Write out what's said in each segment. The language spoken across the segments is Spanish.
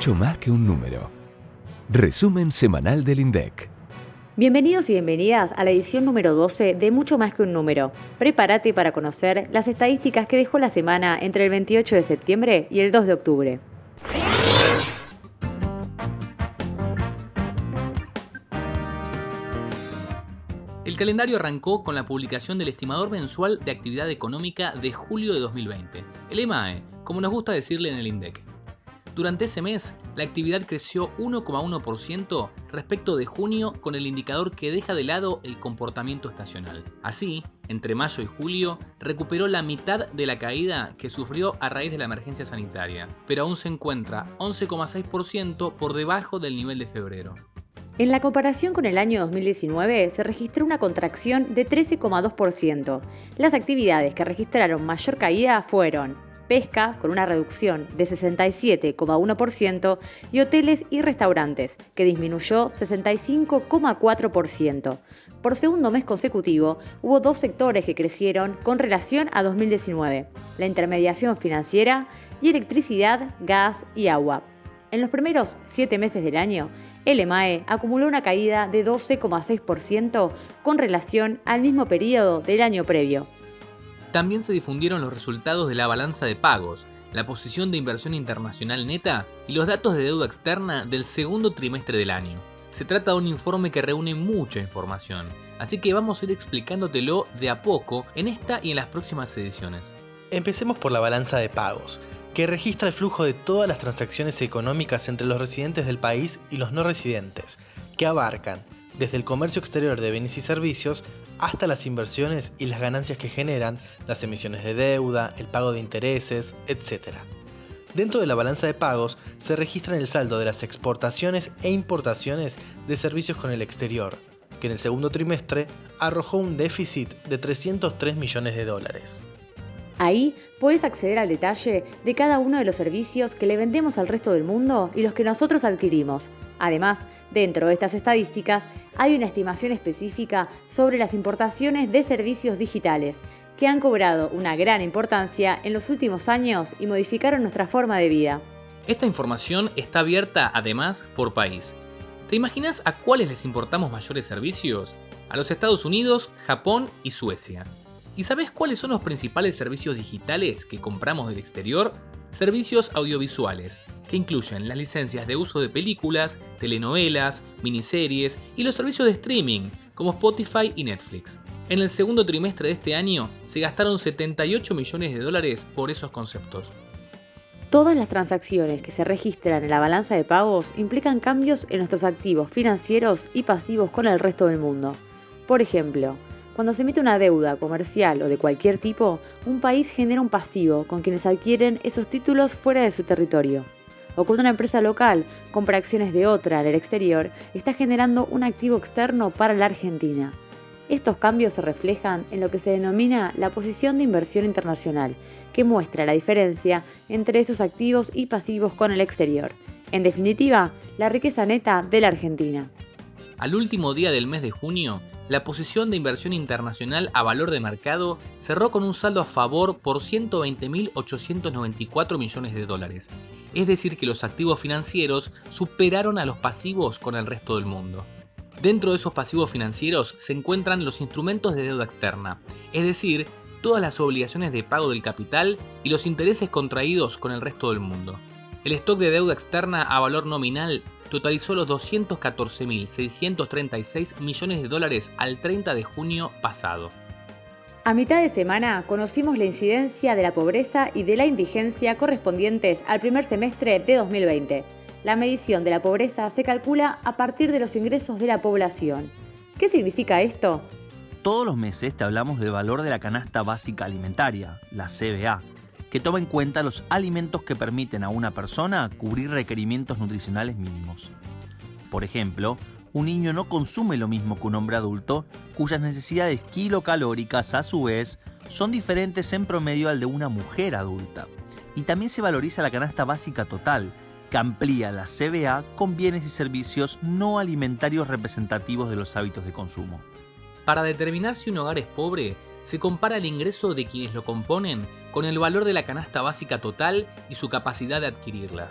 mucho más que un número. Resumen semanal del INDEC. Bienvenidos y bienvenidas a la edición número 12 de Mucho Más que un Número. Prepárate para conocer las estadísticas que dejó la semana entre el 28 de septiembre y el 2 de octubre. El calendario arrancó con la publicación del estimador mensual de actividad económica de julio de 2020, el EMAE, como nos gusta decirle en el INDEC. Durante ese mes, la actividad creció 1,1% respecto de junio, con el indicador que deja de lado el comportamiento estacional. Así, entre mayo y julio, recuperó la mitad de la caída que sufrió a raíz de la emergencia sanitaria, pero aún se encuentra 11,6% por debajo del nivel de febrero. En la comparación con el año 2019 se registró una contracción de 13,2%. Las actividades que registraron mayor caída fueron pesca, con una reducción de 67,1%, y hoteles y restaurantes, que disminuyó 65,4%. Por segundo mes consecutivo, hubo dos sectores que crecieron con relación a 2019, la intermediación financiera y electricidad, gas y agua. En los primeros 7 meses del año, el EMAE acumuló una caída de 12,6% con relación al mismo periodo del año previo. También se difundieron los resultados de la balanza de pagos, la posición de inversión internacional neta y los datos de deuda externa del segundo trimestre del año. Se trata de un informe que reúne mucha información, así que vamos a ir explicándotelo de a poco en esta y en las próximas ediciones. Empecemos por la balanza de pagos, que registra el flujo de todas las transacciones económicas entre los residentes del país y los no residentes, que abarcan desde el comercio exterior de bienes y servicios hasta las inversiones y las ganancias que generan, las emisiones de deuda, el pago de intereses, etc. Dentro de la balanza de pagos se registran el saldo de las exportaciones e importaciones de servicios con el exterior, que en el segundo trimestre arrojó un déficit de $303 millones. Ahí puedes acceder al detalle de cada uno de los servicios que le vendemos al resto del mundo y los que nosotros adquirimos. Además, dentro de estas estadísticas hay una estimación específica sobre las importaciones de servicios digitales, que han cobrado una gran importancia en los últimos años y modificaron nuestra forma de vida. Esta información está abierta además por país. ¿Te imaginas a cuáles les importamos mayores servicios? A los Estados Unidos, Japón y Suecia. ¿Y sabes cuáles son los principales servicios digitales que compramos del exterior? Servicios audiovisuales, que incluyen las licencias de uso de películas, telenovelas, miniseries y los servicios de streaming, como Spotify y Netflix. En el segundo trimestre de este año se gastaron $78 millones por esos conceptos. Todas las transacciones que se registran en la balanza de pagos implican cambios en nuestros activos financieros y pasivos con el resto del mundo. Por ejemplo, cuando se emite una deuda comercial o de cualquier tipo, un país genera un pasivo con quienes adquieren esos títulos fuera de su territorio. O cuando una empresa local compra acciones de otra en el exterior, está generando un activo externo para la Argentina. Estos cambios se reflejan en lo que se denomina la posición de inversión internacional, que muestra la diferencia entre esos activos y pasivos con el exterior. En definitiva, la riqueza neta de la Argentina. Al último día del mes de junio, la posición de inversión internacional a valor de mercado cerró con un saldo a favor por $120.894 millones. Es decir, que los activos financieros superaron a los pasivos con el resto del mundo. Dentro de esos pasivos financieros se encuentran los instrumentos de deuda externa, es decir, todas las obligaciones de pago del capital y los intereses contraídos con el resto del mundo. El stock de deuda externa a valor nominal totalizó los $214.636 millones al 30 de junio pasado. A mitad de semana conocimos la incidencia de la pobreza y de la indigencia correspondientes al primer semestre de 2020. La medición de la pobreza se calcula a partir de los ingresos de la población. ¿Qué significa esto? Todos los meses te hablamos del valor de la canasta básica alimentaria, la CBA, que toma en cuenta los alimentos que permiten a una persona cubrir requerimientos nutricionales mínimos. Por ejemplo, un niño no consume lo mismo que un hombre adulto, cuyas necesidades kilocalóricas, a su vez, son diferentes en promedio al de una mujer adulta. Y también se valoriza la canasta básica total, que amplía la CBA con bienes y servicios no alimentarios representativos de los hábitos de consumo. Para determinar si un hogar es pobre, se compara el ingreso de quienes lo componen con el valor de la canasta básica total y su capacidad de adquirirla.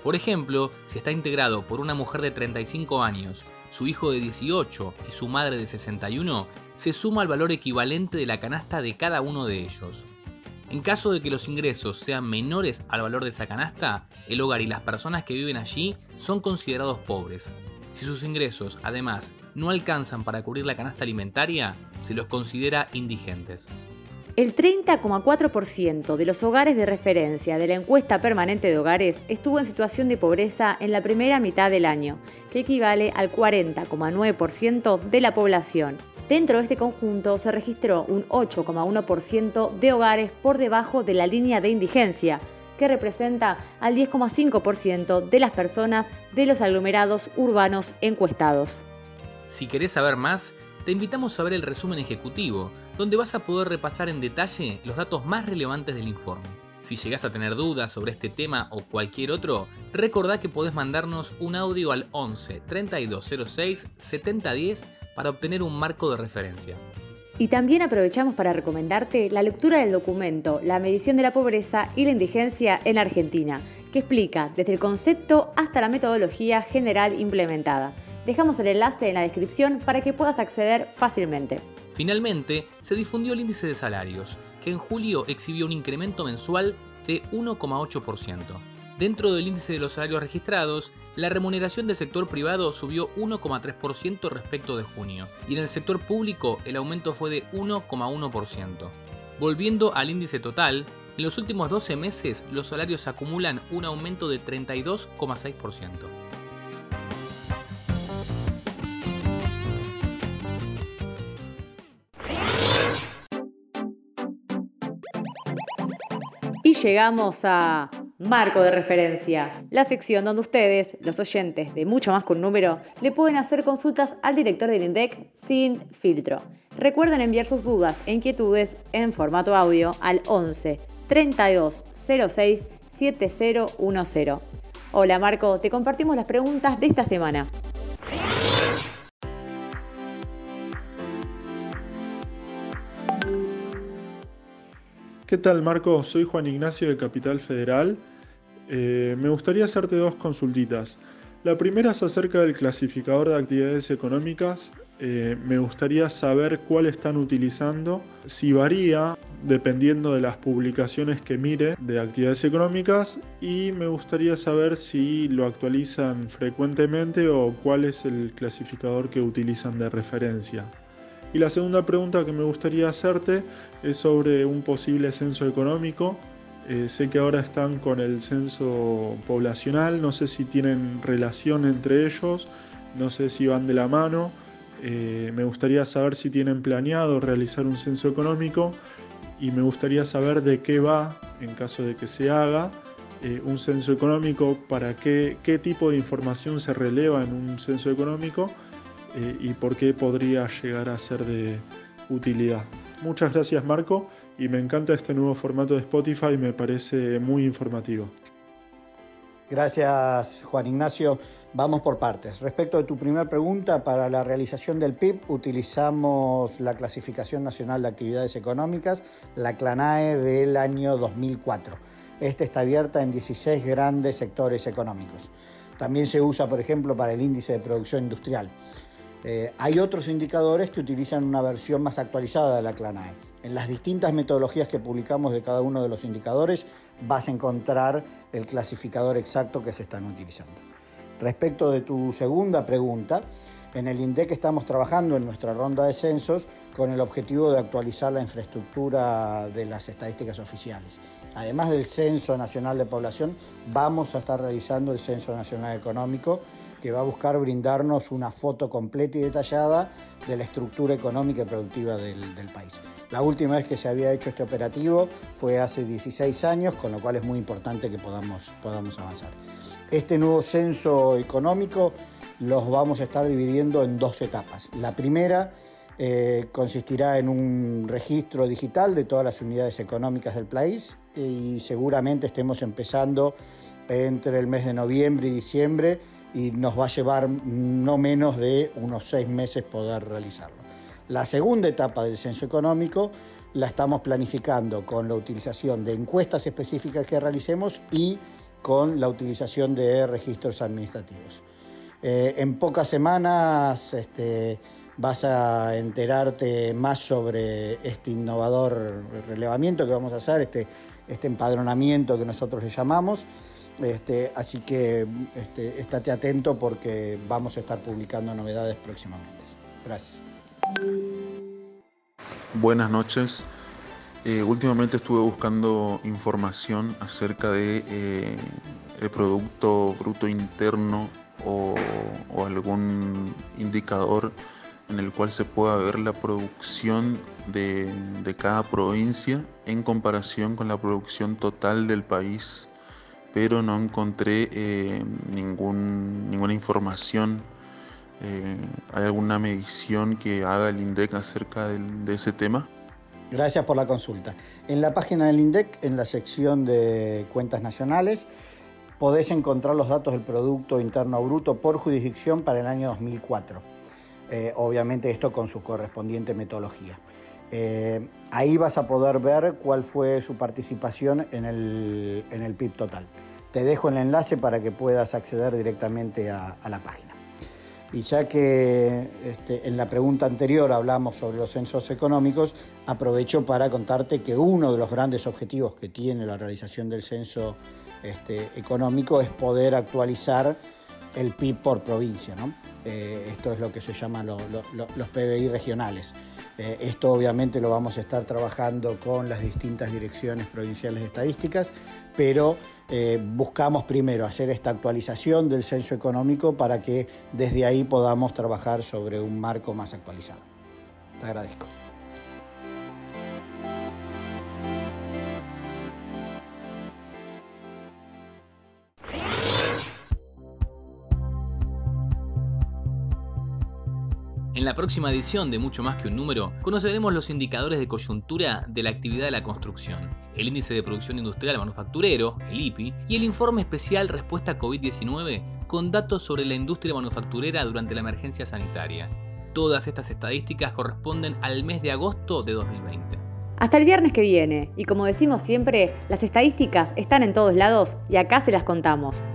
Por ejemplo, si está integrado por una mujer de 35 años, su hijo de 18 y su madre de 61, se suma el valor equivalente de la canasta de cada uno de ellos. En caso de que los ingresos sean menores al valor de esa canasta, el hogar y las personas que viven allí son considerados pobres. Si sus ingresos, además, no alcanzan para cubrir la canasta alimentaria, se los considera indigentes. El 30,4% de los hogares de referencia de la encuesta permanente de hogares estuvo en situación de pobreza en la primera mitad del año, que equivale al 40,9% de la población. Dentro de este conjunto se registró un 8,1% de hogares por debajo de la línea de indigencia, que representa al 10,5% de las personas de los aglomerados urbanos encuestados. Si querés saber más, te invitamos a ver el resumen ejecutivo, donde vas a poder repasar en detalle los datos más relevantes del informe. Si llegás a tener dudas sobre este tema o cualquier otro, recordá que podés mandarnos un audio al 11 3206 7010 para obtener un marco de referencia. Y también aprovechamos para recomendarte la lectura del documento La medición de la pobreza y la indigencia en Argentina, que explica desde el concepto hasta la metodología general implementada. Dejamos el enlace en la descripción para que puedas acceder fácilmente. Finalmente, se difundió el índice de salarios, que en julio exhibió un incremento mensual de 1,8%. Dentro del índice de los salarios registrados, la remuneración del sector privado subió 1,3% respecto de junio, y en el sector público el aumento fue de 1,1%. Volviendo al índice total, en los últimos 12 meses los salarios acumulan un aumento de 32,6%. Y llegamos a Marco de Referencia, la sección donde ustedes, los oyentes de Mucho Más que un Número, le pueden hacer consultas al director del INDEC sin filtro. Recuerden enviar sus dudas e inquietudes en formato audio al 11 32 06 7010. Hola Marco, te compartimos las preguntas de esta semana. ¿Qué tal, Marco? Soy Juan Ignacio de Capital Federal. Me gustaría hacerte dos consultitas. La primera es acerca del clasificador de actividades económicas. Me gustaría saber cuál están utilizando, si varía dependiendo de las publicaciones que mire de actividades económicas, y me gustaría saber si lo actualizan frecuentemente o cuál es el clasificador que utilizan de referencia. Y la segunda pregunta que me gustaría hacerte es sobre un posible censo económico. Sé que ahora están con el censo poblacional, no sé si tienen relación entre ellos, no sé si van de la mano. Me gustaría saber si tienen planeado realizar un censo económico y me gustaría saber de qué va, en caso de que se haga, un censo económico, para qué tipo de información se releva en un censo económico. Y por qué podría llegar a ser de utilidad. Muchas gracias, Marco, y me encanta este nuevo formato de Spotify, me parece muy informativo. Gracias, Juan Ignacio. Vamos por partes. Respecto de tu primera pregunta, para la realización del PIB utilizamos la Clasificación Nacional de Actividades Económicas, la CLANAE del año 2004. Esta está abierta en 16 grandes sectores económicos. También se usa, por ejemplo, para el índice de producción industrial. Hay otros indicadores que utilizan una versión más actualizada de la CLANAE. En las distintas metodologías que publicamos de cada uno de los indicadores vas a encontrar el clasificador exacto que se están utilizando. Respecto de tu segunda pregunta, en el INDEC estamos trabajando en nuestra ronda de censos con el objetivo de actualizar la infraestructura de las estadísticas oficiales. Además del Censo Nacional de Población, vamos a estar realizando el Censo Nacional Económico, que va a buscar brindarnos una foto completa y detallada de la estructura económica y productiva del país. La última vez que se había hecho este operativo fue hace 16 años, con lo cual es muy importante que podamos avanzar. Este nuevo censo económico los vamos a estar dividiendo en dos etapas. La primera consistirá en un registro digital de todas las unidades económicas del país y seguramente estemos empezando entre el mes de noviembre y diciembre y nos va a llevar no menos de unos 6 meses poder realizarlo. La segunda etapa del censo económico la estamos planificando con la utilización de encuestas específicas que realicemos y con la utilización de registros administrativos. En pocas semanas vas a enterarte más sobre este innovador relevamiento que vamos a hacer, este empadronamiento que nosotros le llamamos. Así que estate atento porque vamos a estar publicando novedades próximamente. Gracias. Buenas noches. Últimamente estuve buscando información acerca de el Producto Bruto Interno o algún indicador en el cual se pueda ver la producción de cada provincia en comparación con la producción total del país, pero no encontré ninguna información. ¿Hay alguna medición que haga el INDEC acerca de ese tema? Gracias por la consulta. En la página del INDEC, en la sección de cuentas nacionales, podés encontrar los datos del Producto Interno Bruto por jurisdicción para el año 2004. Obviamente esto con su correspondiente metodología. Ahí vas a poder ver cuál fue su participación en el PIB total. Te dejo el enlace para que puedas acceder directamente a la página. Y ya que en la pregunta anterior hablamos sobre los censos económicos, aprovecho para contarte que uno de los grandes objetivos que tiene la realización del censo económico es poder actualizar el PIB por provincia, ¿no? Esto es lo que se llaman los PBI regionales. Esto obviamente lo vamos a estar trabajando con las distintas direcciones provinciales de estadísticas, pero buscamos primero hacer esta actualización del censo económico para que desde ahí podamos trabajar sobre un marco más actualizado. Te agradezco. En la próxima edición de Mucho Más que un Número, conoceremos los indicadores de coyuntura de la actividad de la construcción, el Índice de Producción Industrial Manufacturero, el IPI, y el Informe Especial Respuesta COVID-19 con datos sobre la industria manufacturera durante la emergencia sanitaria. Todas estas estadísticas corresponden al mes de agosto de 2020. Hasta el viernes que viene, y como decimos siempre, las estadísticas están en todos lados y acá se las contamos.